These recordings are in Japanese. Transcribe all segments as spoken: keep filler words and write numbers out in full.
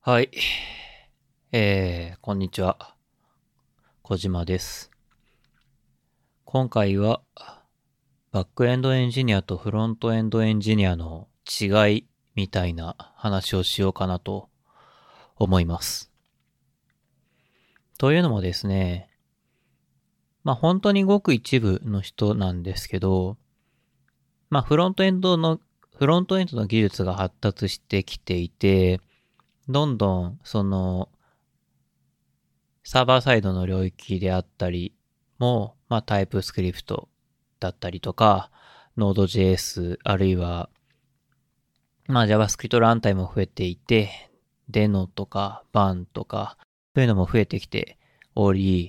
はい。えー、こんにちは。小島です。今回は、バックエンドエンジニアとフロントエンドエンジニアの違いみたいな話をしようかなと思います。というのもですね、まあ本当にごく一部の人なんですけど、まあフロントエンドの、フロントエンドの技術が発達してきていて、どんどんそのサーバーサイドの領域であったりも、まあタイプスクリプトだったりとか、Node.js あるいは、まあ JavaScript ランタイムも増えていて、Deno とか バン とか、そういうのも増えてきており、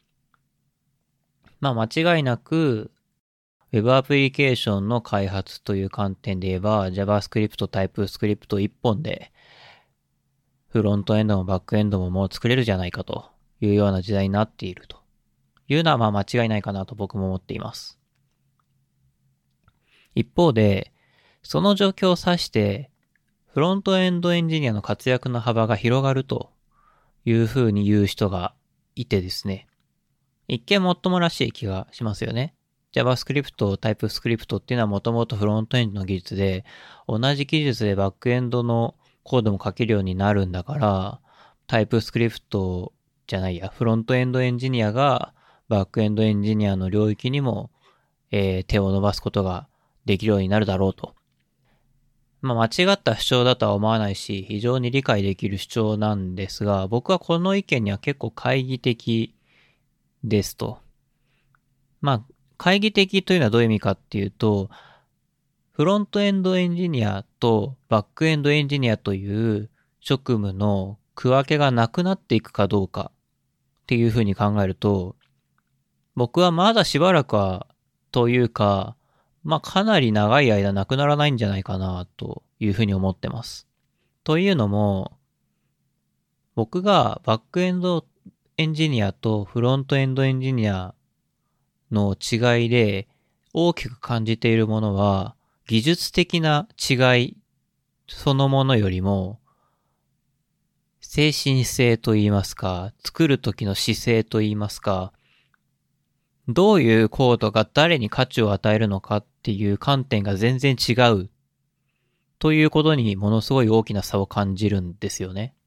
まあ間違いなく Web アプリケーションの開発という観点で言えば JavaScript、TypeScript 一本でフロントエンドもバックエンドももう作れるじゃないかというような時代になっているというのはまあ間違いないかなと僕も思っています。一方で、その状況を指して、フロントエンドエンジニアの活躍の幅が広がるという風に言う人がいてですね。一見もっともらしい気がしますよね。JavaScript、TypeScript っていうのはもともとフロントエンドの技術で、同じ技術でバックエンドのコードも書けるようになるんだから、TypeScript じゃないや、フロントエンドエンジニアがバックエンドエンジニアの領域にも、えー、手を伸ばすことができるようになるだろうと。まあ間違った主張だとは思わないし、非常に理解できる主張なんですが、僕はこの意見には結構懐疑的ですと。まあ、懐疑的というのはどういう意味かっていうと、フロントエンドエンジニアとバックエンドエンジニアという職務の区分けがなくなっていくかどうかっていうふうに考えると、僕はまだしばらくはというか、まあかなり長い間なくならないんじゃないかなというふうに思ってます。というのも、僕がバックエンドエンジニアとフロントエンドエンジニアの違いで大きく感じているものは、技術的な違いそのものよりも、精神性といいますか、作る時の姿勢といいますか、どういうコードが誰に価値を与えるのかっていう観点が全然違うということにものすごい大きな差を感じるんですよね。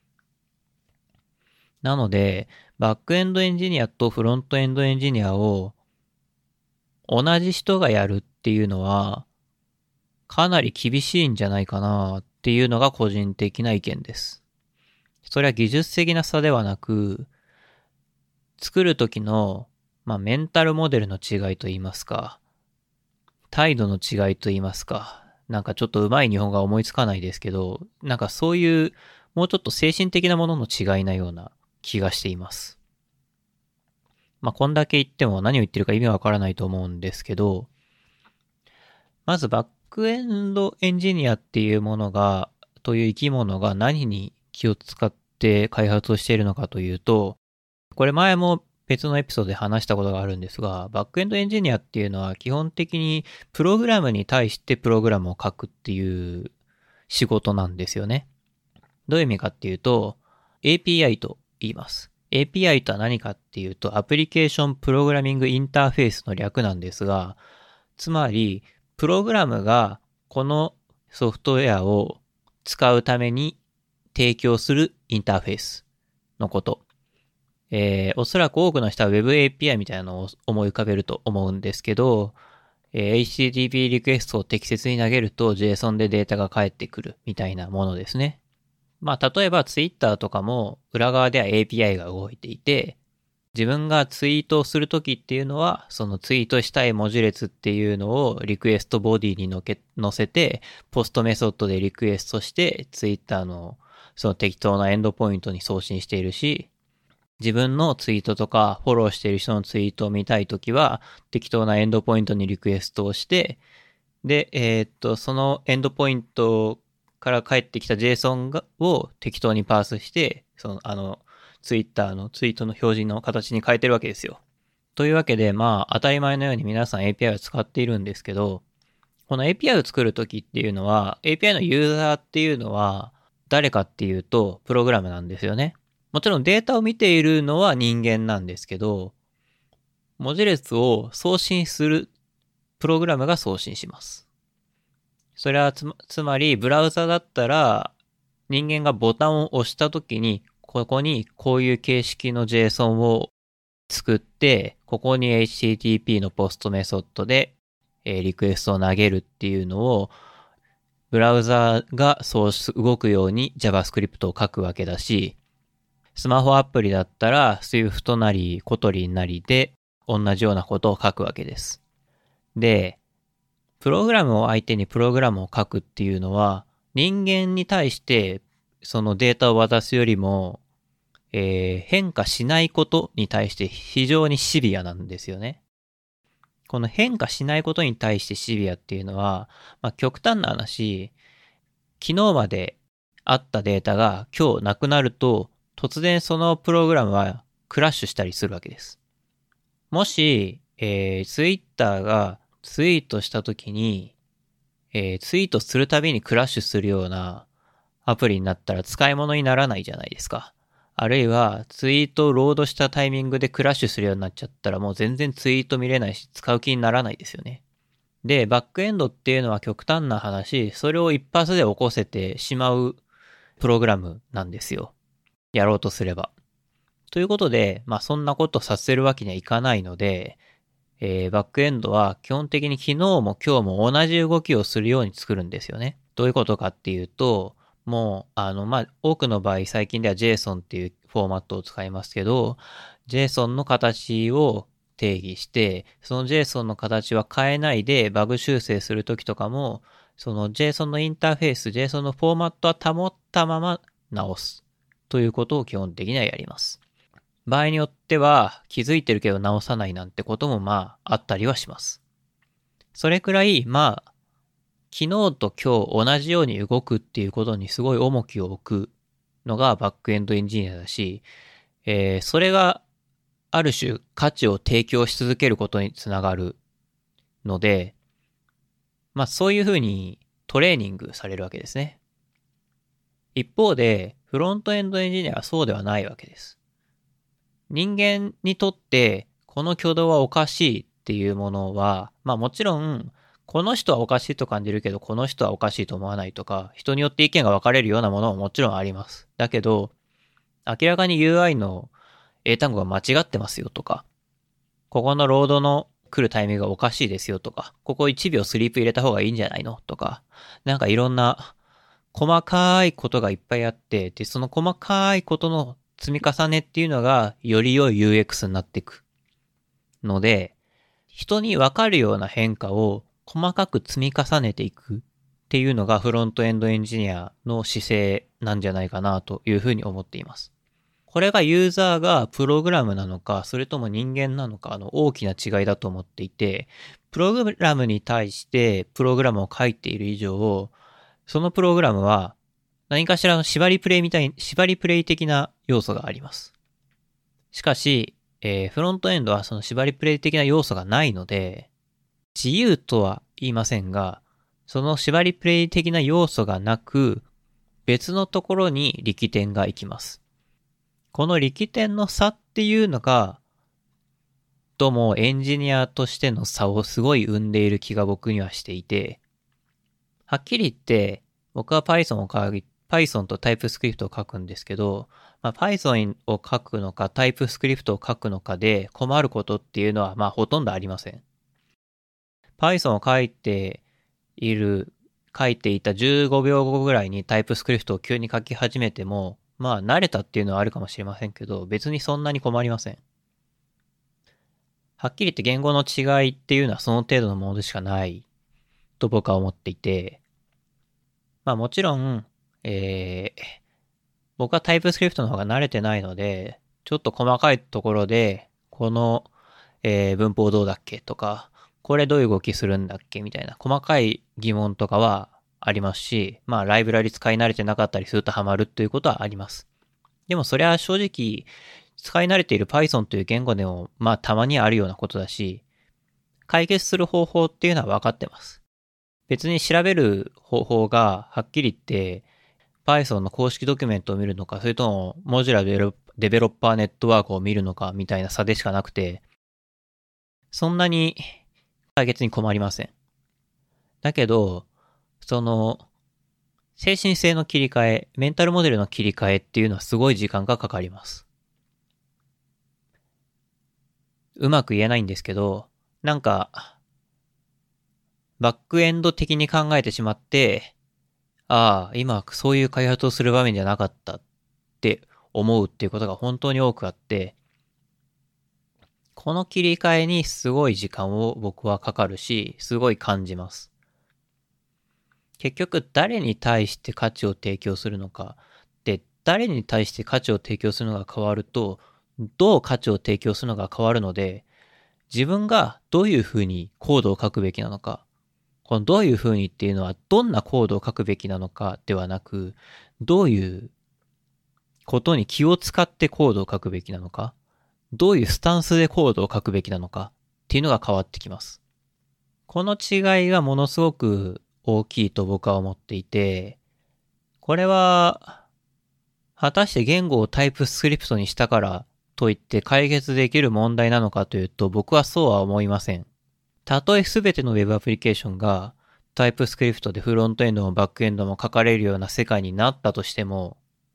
なので、バックエンドエンジニアとフロントエンドエンジニアを同じ人がやるっていうのはかなり厳しいんじゃないかなっていうのが個人的な意見です。それは技術的な差ではなく、作る時の、まあ、メンタルモデルの違いといいますか、態度の違いといいますか、なんかちょっと上手い日本語が思いつかないですけど、なんかそういうもうちょっと精神的なものの違いなような気がしています。まあ、こんだけ言っても何を言ってるか意味わからないと思うんですけど、まずバックエンドエンジニアっていうものが、という生き物が何に気を使って開発をしているのかというと、これ前も別のエピソードで話したことがあるんですが、バックエンドエンジニアっていうのは基本的にプログラムに対してプログラムを書くっていう仕事なんですよね。どういう意味かっていうと、エーピーアイ と言います。エーピーアイ とは何かっていうと、アプリケーションプログラミングインターフェースの略なんですが、つまり、プログラムがこのソフトウェアを使うために提供するインターフェースのこと。えー、おそらく多くの人は Web エーピーアイ みたいなのを思い浮かべると思うんですけど、えー、エイチティーティーピー リクエストを適切に投げると JSON でデータが返ってくるみたいなものですね。まあ、例えば Twitter とかも裏側では エーピーアイ が動いていて、自分がツイートをするときっていうのは、そのツイートしたい文字列っていうのをリクエストボディにのけ載せて、ポストメソッドでリクエストして、Twitter のその適当なエンドポイントに送信しているし、自分のツイートとかフォローしている人のツイートを見たいときは、適当なエンドポイントにリクエストをして、で、えー、っと、そのエンドポイントから返ってきた JSON がを適当にパースして、その、あの、ツイッターのツイートの表示の形に変えてるわけですよ。というわけで、まあ、当たり前のように皆さん エーピーアイ を使っているんですけど、この エーピーアイ を作るときっていうのは、エーピーアイ のユーザーっていうのは、 誰かっていうと、プログラムなんですよね。もちろんデータを見ているのは人間なんですけど、文字列を送信するプログラムが送信します。それはつま、つまり、ブラウザだったら、人間がボタンを押したときに、ここにこういう形式の JSON を作って、ここに エイチティーティーピー のポストメソッドで、えー、リクエストを投げるっていうのを、ブラウザがそう動くように JavaScript を書くわけだし、スマホアプリだったら Swift なり Kotlin なりで同じようなことを書くわけです。で、プログラムを相手にプログラムを書くっていうのは、人間に対してそのデータを渡すよりも、えー、変化しないことに対して非常にシビアなんですよね。この変化しないことに対してシビアっていうのは、まあ、極端な話、昨日まであったデータが今日なくなると、突然そのプログラムはクラッシュしたりするわけです。もし、えー、Twitter がツイートしたときに、えー、ツイートするたびにクラッシュするようなアプリになったら使い物にならないじゃないですか。あるいはツイートをロードしたタイミングでクラッシュするようになっちゃったらもう全然ツイート見れないし使う気にならないですよね。で、バックエンドっていうのは極端な話、それを一発で起こせてしまうプログラムなんですよ。やろうとすれば。ということで、まあそんなことさせるわけにはいかないので、えー、バックエンドは基本的に昨日も今日も同じ動きをするように作るんですよね。どういうことかっていうと、もう、あの、まあ、多くの場合最近では JSON っていうフォーマットを使いますけど、JSON の形を定義して、その JSON の形は変えないでバグ修正するときとかも、その JSON のインターフェース、JSON のフォーマットは保ったまま直すということを基本的にはやります。場合によっては気づいてるけど直さないなんてこともまああったりはします。それくらいまあ昨日と今日同じように動くっていうことにすごい重きを置くのがバックエンドエンジニアだし、えー、それがある種価値を提供し続けることにつながるので、まあそういうふうにトレーニングされるわけですね。一方でフロントエンドエンジニアはそうではないわけです。人間にとってこの挙動はおかしいっていうものは、まあもちろんこの人はおかしいと感じるけどこの人はおかしいと思わないとか、人によって意見が分かれるようなものももちろんあります。だけど、明らかに ユーアイ の英単語が間違ってますよとか、ここのロードの来るタイミングがおかしいですよとか、ここいちびょうスリープ入れた方がいいんじゃないのとか、なんかいろんな細かいことがいっぱいあって、で、その細かいことの積み重ねっていうのがより良い ユーエックス になっていくので、人に分かるような変化を細かく積み重ねていくっていうのがフロントエンドエンジニアの姿勢なんじゃないかなというふうに思っています。これがユーザーがプログラムなのか、それとも人間なのかの大きな違いだと思っていて、プログラムに対してプログラムを書いている以上、そのプログラムは何かしらの縛りプレイみたい、縛りプレイ的な要素があります。しかし、えー、フロントエンドはその縛りプレイ的な要素がないので、自由とは言いませんが、その縛りプレイ的な要素がなく、別のところに力点が行きます。この力点の差っていうのが、どうもエンジニアとしての差をすごい生んでいる気が僕にはしていて、はっきり言って、僕は Python を書き、Python と TypeScript を書くんですけど、まあ、Python を書くのか TypeScript を書くのかで困ることっていうのはまあほとんどありません。Python を書いている、書いていたじゅうごびょうごぐらいに TypeScript を急に書き始めても、まあ慣れたっていうのはあるかもしれませんけど、別にそんなに困りません。はっきり言って言語の違いっていうのはその程度のものでしかないと僕は思っていて、まあもちろん、えー、僕は TypeScript の方が慣れてないので、ちょっと細かいところで、この、えー、文法どうだっけとか、これどういう動きするんだっけみたいな細かい疑問とかはありますし、まあライブラリ使い慣れてなかったりするとハマるということはあります。でもそれは正直、使い慣れている Python という言語でもまあたまにあるようなことだし、解決する方法っていうのは分かってます。別に調べる方法がはっきり言って Python の公式ドキュメントを見るのか、それとも Mozilla デベロッパーネットワークを見るのかみたいな差でしかなくて、そんなに解決に困りません。だけど、その、精神性の切り替え、メンタルモデルの切り替えっていうのはすごい時間がかかります。うまく言えないんですけど、なんか、バックエンド的に考えてしまって、ああ、今そういう開発をする場面じゃなかったって思うっていうことが本当に多くあって、この切り替えにすごい時間を僕はかかるし、すごい感じます。結局誰に対して価値を提供するのか、で、誰に対して価値を提供するのが変わると、どう価値を提供するのが変わるので、自分がどういうふうにコードを書くべきなのか、このどういうふうにっていうのはどんなコードを書くべきなのかではなく、どういうことに気を使ってコードを書くべきなのか、どういうスタンスでコードを書くべきなのかっていうのが変わってきます。この違いがものすごく大きいと僕は思っていて、これは果たして言語をタイプスクリプトにしたからといって解決できる問題なのかというと僕はそうは思いません。たとえすべての Web アプリケーションがタイプスクリプトでフロントエンドもバックエンドも書かれるような世界になったとしても、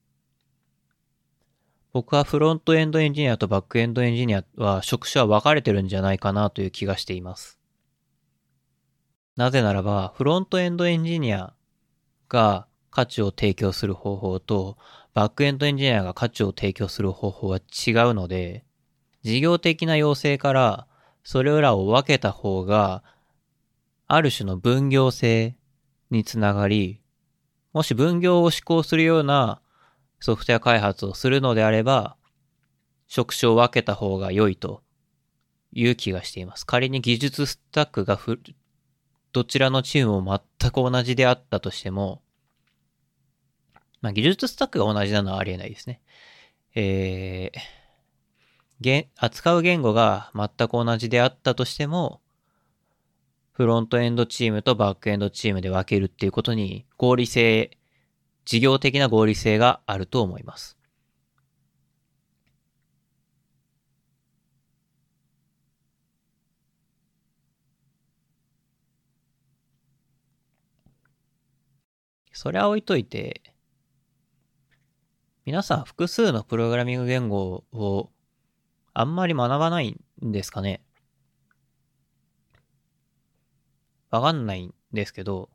僕はフロントエンドエンジニアとバックエンドエンジニアは職種は分かれてるんじゃないかなという気がしています。なぜならば、フロントエンドエンジニアが価値を提供する方法と、バックエンドエンジニアが価値を提供する方法は違うので、事業的な要請からそれらを分けた方が、ある種の分業制につながり、もし分業を施行するようなソフトウェア開発をするのであれば、職種を分けた方が良いという気がしています。仮に技術スタックがふどちらのチームも全く同じであったとしても、まあ技術スタックが同じなのはありえないですね。えー、扱う言語が全く同じであったとしても、フロントエンドチームとバックエンドチームで分けるっていうことに合理性、事業的な合理性があると思います。それは置いといて、皆さん複数のプログラミング言語をあんまり学ばないんですかね？わかんないんですけど、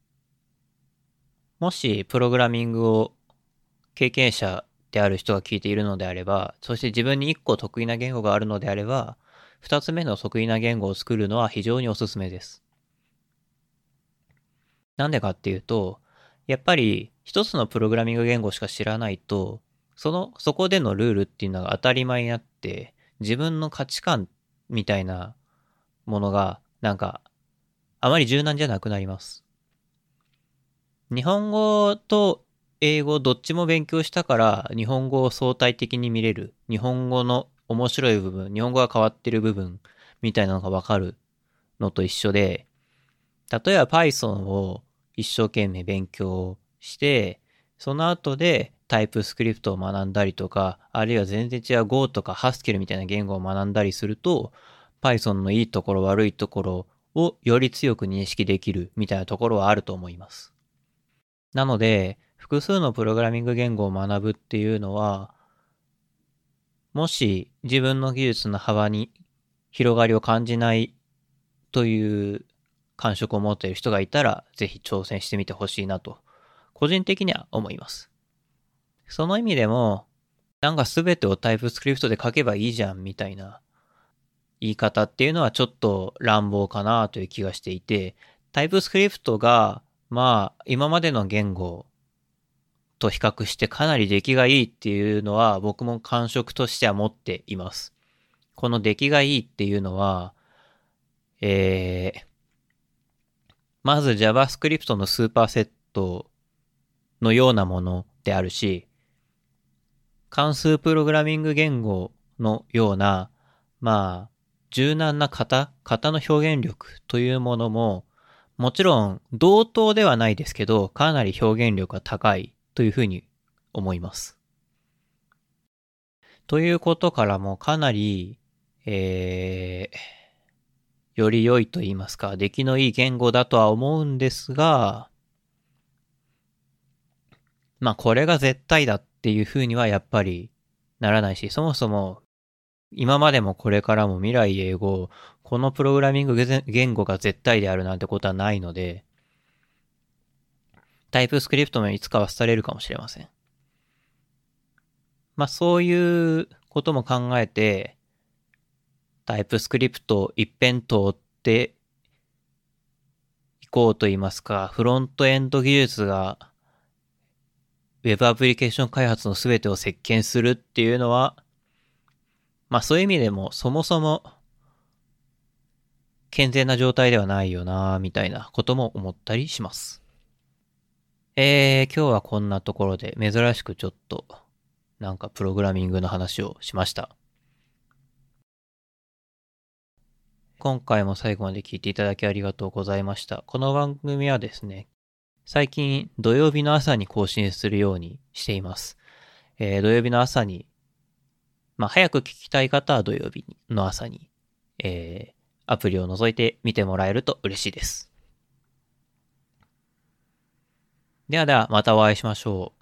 もしプログラミングを経験者である人が聞いているのであれば、そして自分に一個得意な言語があるのであれば、二つ目の得意な言語を作るのは非常におすすめです。なんでかっていうと、やっぱり一つのプログラミング言語しか知らないと、その、そこでのルールっていうのが当たり前になって、自分の価値観みたいなものが、なんか、あまり柔軟じゃなくなります。日本語と英語どっちも勉強したから、日本語を相対的に見れる。日本語の面白い部分、日本語が変わってる部分みたいなのがわかるのと一緒で、例えば Python を一生懸命勉強して、その後でタイプスクリプトを学んだりとか、あるいは全然違う Go とか Haskell みたいな言語を学んだりすると、Python のいいところ悪いところをより強く認識できるみたいなところはあると思います。なので、複数のプログラミング言語を学ぶっていうのは、もし自分の技術の幅に広がりを感じないという感触を持っている人がいたら、ぜひ挑戦してみてほしいなと、個人的には思います。その意味でも、なんか全てをタイプスクリプトで書けばいいじゃんみたいな言い方っていうのはちょっと乱暴かなという気がしていて、タイプスクリプトが、まあ、今までの言語と比較してかなり出来がいいっていうのは僕も感触としては持っています。この出来がいいっていうのは、えー、まず JavaScript のスーパーセットのようなものであるし、関数プログラミング言語のような、まあ、柔軟な型、型の表現力というものも、もちろん同等ではないですけど、かなり表現力が高いというふうに思います。ということからもかなり、えー、より良いと言いますか、出来のいい言語だとは思うんですが、まあこれが絶対だっていうふうにはやっぱりならないし、そもそも今までもこれからも未来永劫、このプログラミング言語が絶対であるなんてことはないので、タイプスクリプトもいつかは廃れるかもしれません。まあそういうことも考えて、タイプスクリプト一辺通っていこうと言いますか、フロントエンド技術がウェブアプリケーション開発のすべてを席巻するっていうのは、まあそういう意味でもそもそも健全な状態ではないよなみたいなことも思ったりします。えー、今日はこんなところで珍しくちょっとなんかプログラミングの話をしました。今回も最後まで聞いていただきありがとうございました。この番組はですね、最近土曜日の朝に更新するようにしています。えー、土曜日の朝に、まあ早く聞きたい方は土曜日の朝に、えー、アプリを覗いて見てもらえると嬉しいです。ではではまたお会いしましょう。